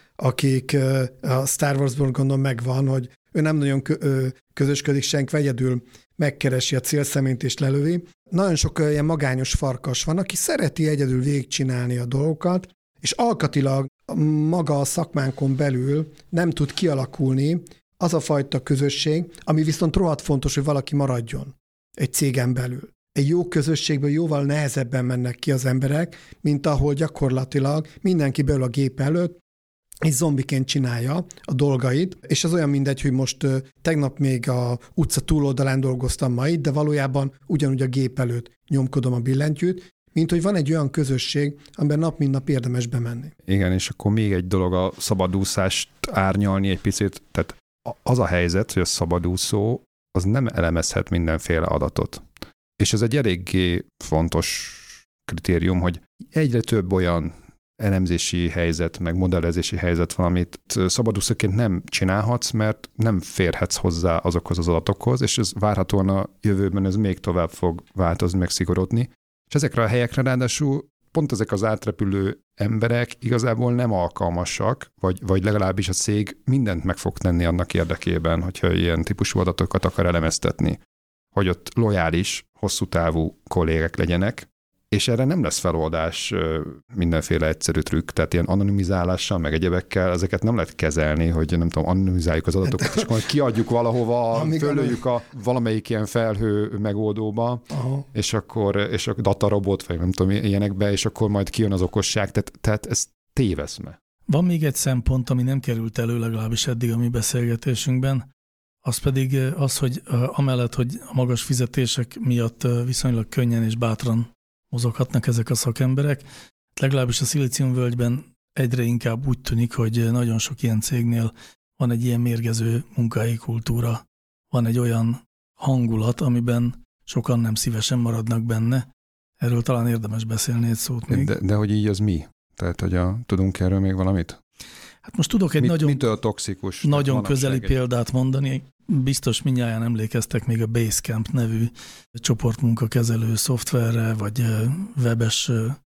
akik a Star Warsból gondolom megvan, hogy ő nem nagyon közösködik senki, egyedül megkeresi a célszeményt és lelövi. Nagyon sok ilyen magányos farkas van, aki szereti egyedül végigcsinálni a dolgokat, és alkatilag maga a szakmánkon belül nem tud kialakulni az a fajta közösség, ami viszont rohadt fontos, hogy valaki maradjon egy cégen belül. Egy jó közösségből jóval nehezebben mennek ki az emberek, mint ahol gyakorlatilag mindenki belül a gép előtt és zombiként csinálja a dolgait, és az olyan mindegy, hogy most tegnap még a utca túloldalán dolgoztam ma itt, de valójában ugyanúgy a gép előtt nyomkodom a billentyűt, mint hogy van egy olyan közösség, amiben nap mint nap érdemes bemenni. Igen, és akkor még egy dolog a szabadúszást árnyalni egy picit, tehát az a helyzet, hogy a szabadúszó az nem elemezhet mindenféle adatot. És ez egy eléggé fontos kritérium, hogy egyre több olyan elemzési helyzet, meg modellezési helyzet van, amit szabadúszóként nem csinálhatsz, mert nem férhetsz hozzá azokhoz az adatokhoz, és ez várhatóan a jövőben ez még tovább fog változni, meg szigorodni. És ezekre a helyekre ráadásul pont ezek az átrepülő emberek igazából nem alkalmasak, vagy legalábbis a cég mindent meg fog tenni annak érdekében, hogyha ilyen típusú adatokat akar elemeztetni, hogy ott lojális, hosszú távú kollégek legyenek, és erre nem lesz feloldás mindenféle egyszerű trükk, tehát ilyen anonimizálással, meg egyebekkel ezeket nem lehet kezelni, hogy nem tudom, anonimizáljuk az adatokat, és akkor kiadjuk valahova, fölöljük valamelyik ilyen felhő megoldóba, és akkor datarobot, vagy nem tudom, ilyenekbe, és akkor majd kijön az okosság, tehát ez téveszme. Van még egy szempont, ami nem került elő legalábbis eddig a mi beszélgetésünkben, az pedig az, hogy amellett, hogy a magas fizetések miatt viszonylag könnyen és bátran mozoghatnak ezek a szakemberek. Legalábbis a Szilíciumvölgyben egyre inkább úgy tűnik, hogy nagyon sok ilyen cégnél van egy ilyen mérgező munkahelyi kultúra, van egy olyan hangulat, amiben sokan nem szívesen maradnak benne. Erről talán érdemes beszélni egy szót még. De hogy így az mi? Tehát, hogy tudunk erről még valamit? Hát most tudok egy mitől toxikus? Nagyon közeli példát mondani. Biztos mindnyájan emlékeztek még a Basecamp nevű csoportmunkakezelő szoftverre, vagy webes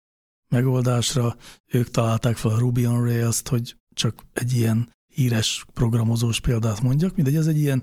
megoldásra. Ők találták fel a Ruby on Rails-t, hogy csak egy ilyen híres programozós példát mondjak. Mindegy, ez egy ilyen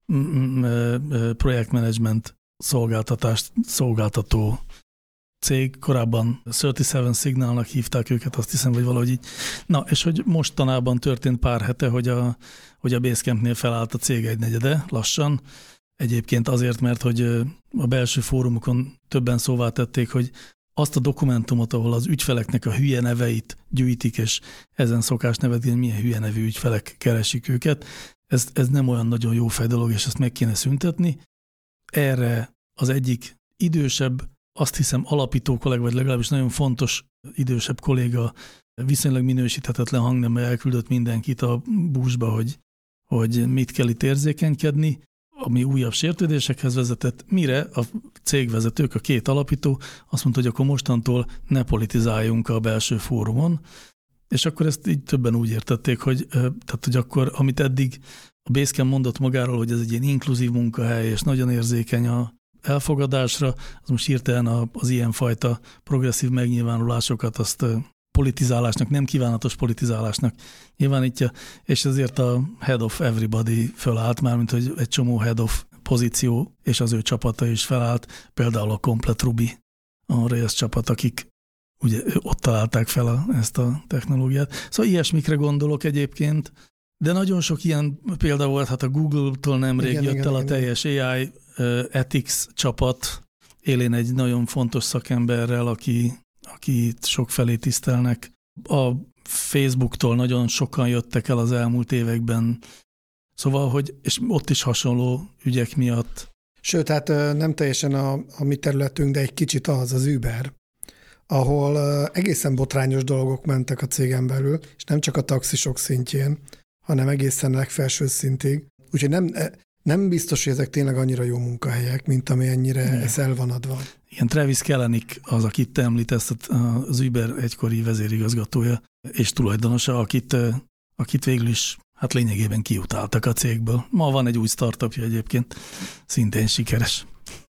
projektmenedzsment szolgáltatást szolgáltató cég, korábban 37 Signalnak hívták őket, azt hiszem, vagy valahogy így. Na, és hogy mostanában történt pár hete, hogy a Basecampnél felállt a cég egynegyede lassan. Egyébként azért, mert hogy a belső fórumokon többen szóvá tették, hogy azt a dokumentumot, ahol az ügyfeleknek a hülye neveit gyűjtik, és ezen szokás nevetni, hogy milyen hülye nevű ügyfelek keresik őket, ez nem olyan nagyon jó fej dolog, és ezt meg kéne szüntetni. Erre az egyik idősebb, azt hiszem alapító kollega, vagy legalábbis nagyon fontos idősebb kolléga viszonylag minősíthetetlen hangnemmel elküldött mindenkit a buszba, hogy mit kell itt érzékenykedni, ami újabb sértődésekhez vezetett, mire a cégvezetők, a két alapító azt mondta, hogy akkor mostantól ne politizáljunk a belső fórumon, és akkor ezt így többen úgy értették, hogy akkor, amit eddig a Basecamp mondott magáról, hogy ez egy ilyen inkluzív munkahely, és nagyon érzékeny a elfogadásra, az most hirtelen az ilyenfajta progresszív megnyilvánulásokat azt politizálásnak, nem kívánatos politizálásnak nyilvánítja, és ezért a head of everybody fölállt, mármint hogy egy csomó head of pozíció, és az ő csapata is felállt, például a Complete Ruby, a Rails csapat, akik ugye ott találták fel ezt a technológiát. Szóval ilyesmikre gondolok egyébként, de nagyon sok ilyen példa volt, hát a Google-tól nemrég jött el a teljes AI Ethics csapat, élén egy nagyon fontos szakemberrel, akit sokfelé tisztelnek. A Facebooktól nagyon sokan jöttek el az elmúlt években. Szóval, hogy és ott is hasonló ügyek miatt. Sőt, hát nem teljesen a mi területünk, de egy kicsit az Uber, ahol egészen botrányos dolgok mentek a cégen belül, és nem csak a taxisok szintjén, hanem egészen legfelső szintig. Úgyhogy nem biztos, hogy ezek tényleg annyira jó munkahelyek, mint ami ennyire ez el van adva. Igen, Travis Kalanick az, akit te említesz, az Uber egykori vezérigazgatója és tulajdonosa, akit végül is hát lényegében kiutáltak a cégből. Ma van egy új startupja egyébként, szintén sikeres.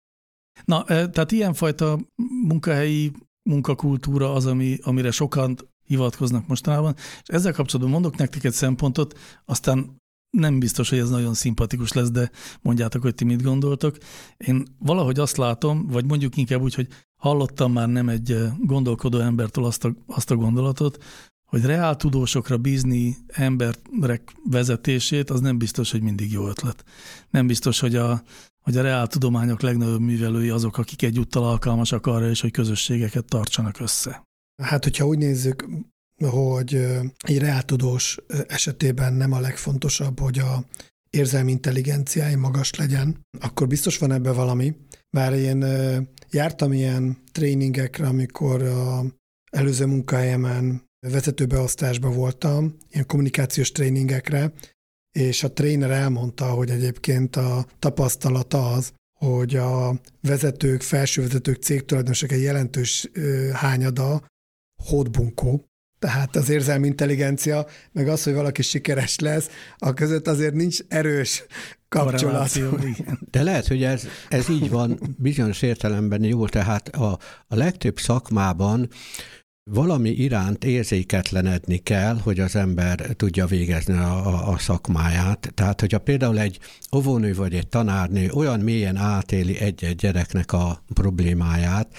Na, tehát ilyenfajta munkahelyi munkakultúra az, amire sokan hivatkoznak mostanában, és ezzel kapcsolatban mondok nektek egy szempontot, aztán nem biztos, hogy ez nagyon szimpatikus lesz, de mondjátok, hogy ti mit gondoltok. Én valahogy azt látom, vagy mondjuk inkább úgy, hogy hallottam már nem egy gondolkodó embertől azt a gondolatot, hogy reáltudósokra bízni emberek vezetését, az nem biztos, hogy mindig jó ötlet. Nem biztos, hogy a reáltudományok legnagyobb művelői azok, akik egyúttal alkalmasak arra is, hogy közösségeket tartsanak össze. Hát, hogyha úgy nézzük, hogy egy reáltudós esetében nem a legfontosabb, hogy a érzelmi intelligenciája magas legyen, akkor biztos van ebben valami. Bár én jártam ilyen tréningekre, amikor az előző munkahelyemen vezetőbeosztásban voltam, ilyen kommunikációs tréningekre, és a tréner elmondta, hogy egyébként a tapasztalata az, hogy a vezetők, felsővezetők, cégtulajdonosok egy jelentős hányada hódbunkó. Tehát az érzelmi intelligencia, meg az, hogy valaki sikeres lesz, a között azért nincs erős kapcsolat. De lehet, hogy ez így van, bizonyos értelemben jó, tehát a legtöbb szakmában valami iránt érzéketlenedni kell, hogy az ember tudja végezni a szakmáját. Tehát, hogyha például egy óvónő vagy egy tanárnő olyan mélyen átéli egy-egy gyereknek a problémáját,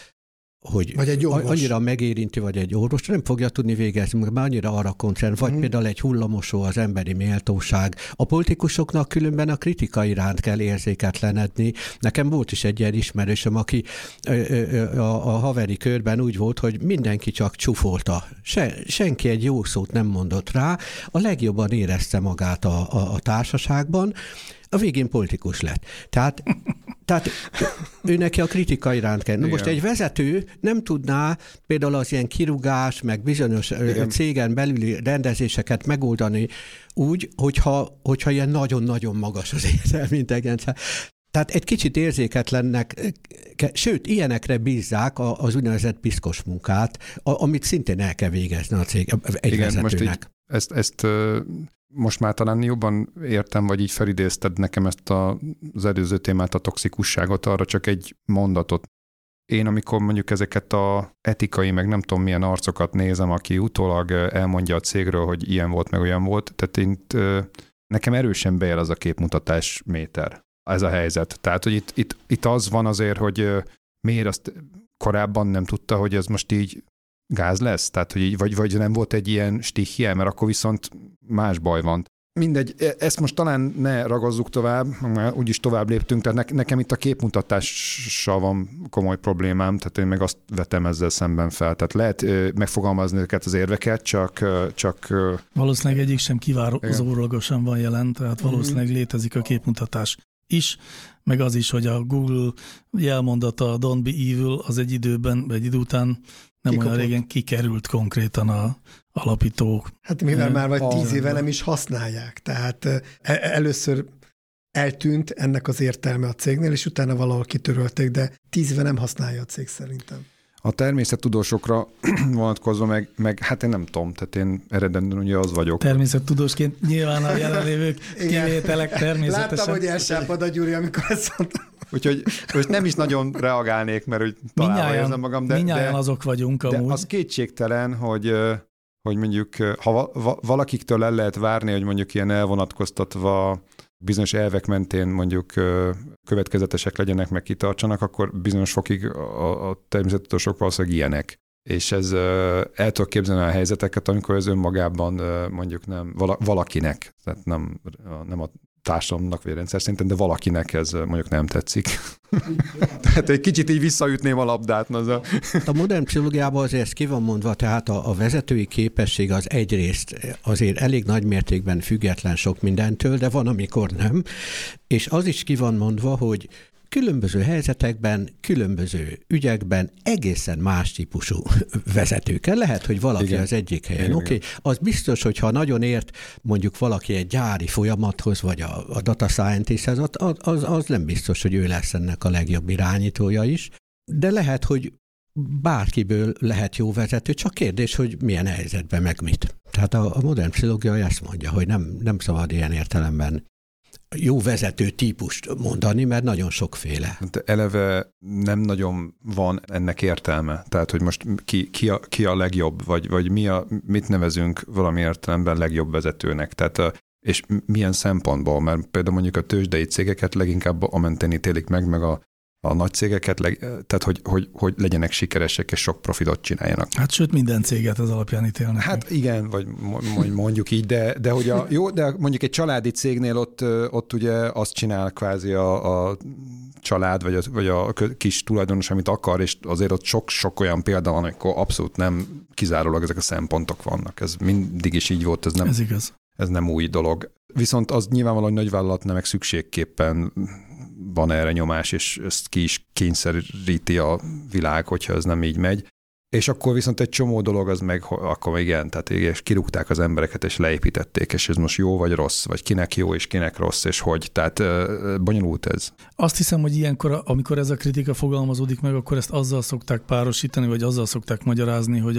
hogy annyira megérinti, vagy egy orvos, nem fogja tudni végezni, mert már annyira arra koncentrál, vagy például egy hullamosó az emberi méltóság. A politikusoknak különben a kritika iránt kell érzéketlenedni. Nekem volt is egy ilyen ismerősöm, aki a haveri körben úgy volt, hogy mindenki csak csúfolta. Senki egy jó szót nem mondott rá, a legjobban érezte magát a társaságban, a végén politikus lett. Tehát ő neki a kritika iránt kell. Na most egy vezető nem tudná például az ilyen kirúgás, meg bizonyos cégen belüli rendezéseket megoldani úgy, hogyha ilyen nagyon-nagyon magas az érzelmi intelligencia. Tehát egy kicsit érzéketlennek, sőt, ilyenekre bízzák az úgynevezett piszkos munkát, amit szintén el kell végezni a cég egy vezetőnek. Most ezt most már talán jobban értem, vagy így felidézted nekem ezt az előző témát, a toxikusságot, arra csak egy mondatot. Én amikor mondjuk ezeket a etikai, meg nem tudom milyen arcokat nézem, aki utólag elmondja a cégről, hogy ilyen volt, meg olyan volt, tehát nekem erősen bejel az a képmutatás méter. Ez a helyzet. Tehát, hogy itt az van azért, hogy miért azt korábban nem tudta, hogy ez most így gáz lesz? Tehát, hogy így, vagy nem volt egy ilyen stihje, mert akkor viszont más baj van. Mindegy, ezt most talán ne ragazzuk tovább, mert úgyis tovább léptünk, tehát nekem itt a képmutatással van komoly problémám, tehát én meg azt vetem ezzel szemben fel. Tehát lehet megfogalmazni ezeket az érveket, csak valószínűleg egyik sem kivárólagosan van jelen, tehát valószínűleg létezik a képmutatás is, meg az is, hogy a Google jelmondata Don't be evil az egy idő után nem olyan régen kikerült konkrétan a alapítók. Hát mivel már vagy 10 éve nem is használják, tehát először eltűnt ennek az értelme a cégnél, és utána valahol kitörölték, de 10 éve nem használja a cég szerintem. A természettudósokra vonatkozva meg hát én nem tudom, tehát én eredendően ugye az vagyok. Természettudósként nyilván a jelenlévők kivételek természetesen. Láttam, hogy elsápad a Gyuri, amikor ezt mondtam. Úgyhogy most nem is nagyon reagálnék, mert úgy találva érzem magam. Minnyáján azok vagyunk amúgy. De az kétségtelen, hogy mondjuk, ha valakiktől el lehet várni, hogy mondjuk ilyen elvonatkoztatva bizonyos elvek mentén mondjuk következetesek legyenek, meg kitartsanak, akkor bizonyos fokig a természettudósok valószínűleg ilyenek. És ez el tudok képzelni a helyzeteket, amikor ez önmagában mondjuk nem valakinek, tehát nem a társadalomnak vagy rendszer szinten, de valakinek ez mondjuk nem tetszik. Tehát egy kicsit így visszaütném a labdát. A modern pszichológiában azért ki van mondva, tehát a vezetői képesség az egyrészt azért elég nagy mértékben független sok mindentől, de van, amikor nem. És az is ki van mondva, hogy különböző helyzetekben, különböző ügyekben egészen más típusú vezetőkkel. Lehet, hogy valaki igen. Az egyik helyen. Oké, az biztos, hogyha nagyon ért mondjuk valaki egy gyári folyamathoz, vagy a data scientisthez, az nem biztos, hogy ő lesz ennek a legjobb irányítója is. De lehet, hogy bárkiből lehet jó vezető, csak kérdés, hogy milyen helyzetben, meg mit. Tehát a modern pszichológia ezt mondja, hogy nem szabad ilyen értelemben jó vezető típust mondani, mert nagyon sokféle. De eleve nem nagyon van ennek értelme. Tehát, hogy most ki a legjobb, vagy mit nevezünk valami értelemben legjobb vezetőnek. Tehát, és milyen szempontból? Mert például mondjuk a tőzsdei cégeket leginkább a mentén ítélik meg a nagy cégeket, tehát hogy legyenek sikeresek és sok profitot csináljanak. Hát sőt, minden céget az alapján ítélnek. Hát igen, vagy mondjuk így, de hogy de mondjuk egy családi cégnél ott ugye azt csinál kvázi a család, vagy a kis tulajdonos, amit akar, és azért ott sok olyan példa van, amikor abszolút nem kizárólag ezek a szempontok vannak. Ez mindig is így volt, ez igaz. Ez nem új dolog. Viszont az nyilvánvalóan nagyvállalatnál meg szükségképpen van erre nyomás, és ezt ki is kényszeríti a világ, hogyha ez nem így megy. És akkor viszont egy csomó dolog az meg, akkor igen, tehát és kirúgták az embereket, és leépítették, és ez most jó vagy rossz, vagy kinek jó, és kinek rossz, és hogy. Tehát bonyolult ez. Azt hiszem, hogy ilyenkor, amikor ez a kritika fogalmazódik meg, akkor ezt azzal szokták párosítani, vagy azzal szokták magyarázni, hogy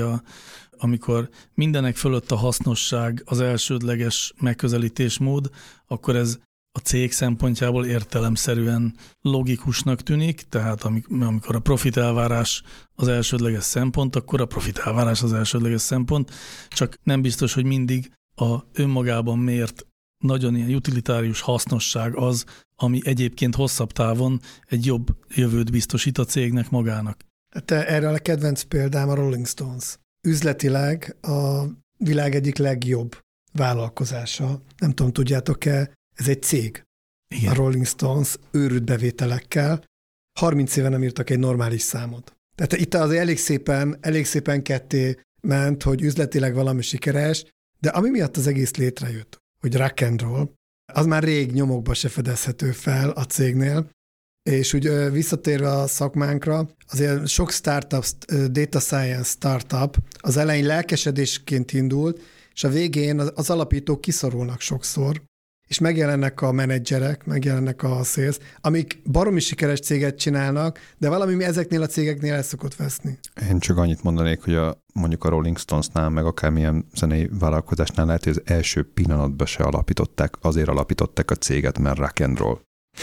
amikor mindenek fölött a hasznosság az elsődleges megközelítésmód, akkor ez a cég szempontjából értelemszerűen logikusnak tűnik, tehát amikor a profit elvárás az elsődleges szempont, akkor a profit elvárás az elsődleges szempont, csak nem biztos, hogy mindig a önmagában mért nagyon ilyen utilitárius hasznosság az, ami egyébként hosszabb távon egy jobb jövőt biztosít a cégnek magának. Erre a kedvenc példám a Rolling Stones. Üzletileg a világ egyik legjobb vállalkozása. Nem tudom, tudjátok-e, ez egy cég. Igen. A Rolling Stones őrült bevételekkel 30 éve nem írtak egy normális számot. Tehát itt az elég szépen ketté ment, hogy üzletileg valami sikeres, de ami miatt az egész létrejött, hogy rock and roll, az már rég nyomokba se fedezhető fel a cégnél, és úgy visszatérve a szakmánkra, azért sok startup, data science startup az elején lelkesedésként indult, és a végén az alapítók kiszorulnak sokszor, és megjelennek a menedzserek, megjelennek a sales, amik baromi sikeres céget csinálnak, de valami ezeknél a cégeknél el szokott veszni. Én csak annyit mondanék, hogy mondjuk a Rolling Stonesnál, meg akármilyen zenei vállalkozásnál lehet, hogy az első pillanatban se azért alapították a céget, mert rock and roll.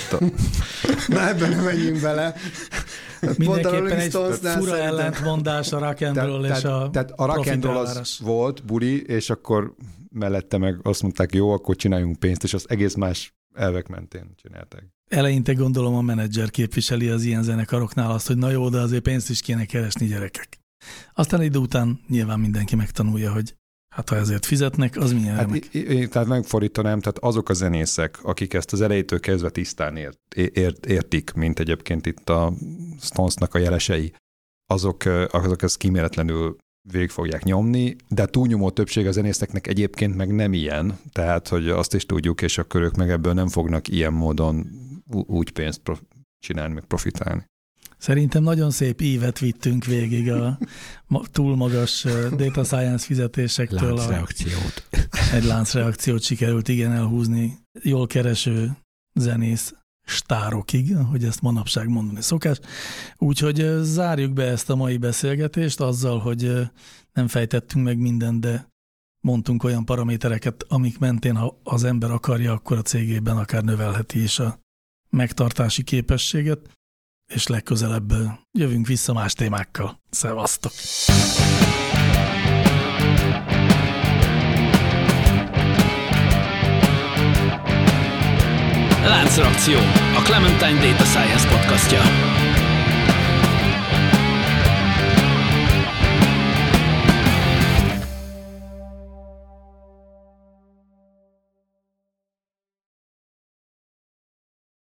Na ebben nem menjünk bele. Mindenképpen egy fura ellentmondás a rock and roll és a tehát a rock and roll az volt buli, és akkor mellette meg azt mondták, jó, akkor csináljunk pénzt, és az egész más elvek mentén csinálták. Eleinte gondolom a menedzser képviseli az ilyen zenekaroknál azt, hogy na jó, de azért pénzt is kéne keresni, gyerekek. Aztán idő után nyilván mindenki megtanulja, hogy hát ha ezért fizetnek, az milyen remek. Tehát megfordítanám, tehát azok a zenészek, akik ezt az elejétől kezdve tisztán értik, mint egyébként itt a Stonesnak a jelesei, azok ezt kíméletlenül végig fogják nyomni, de túlnyomó többség a zenészeknek egyébként meg nem ilyen, tehát hogy azt is tudjuk, és akkor ők meg ebből nem fognak ilyen módon úgy pénzt csinálni, meg profitálni. Szerintem nagyon szép ívet vittünk végig a túl magas data science fizetésektől. Láncreakciót. Egy láncreakciót sikerült igen elhúzni jól kereső zenész stárokig, hogy ezt manapság mondani szokás. Úgyhogy zárjuk be ezt a mai beszélgetést azzal, hogy nem fejtettünk meg mindent, de mondtunk olyan paramétereket, amik mentén, ha az ember akarja, akkor a cégében akár növelheti is a megtartási képességet, és legközelebb jövünk vissza más témákkal. Szevasztok! Láncreakció, a Clementine Data Science podcastja.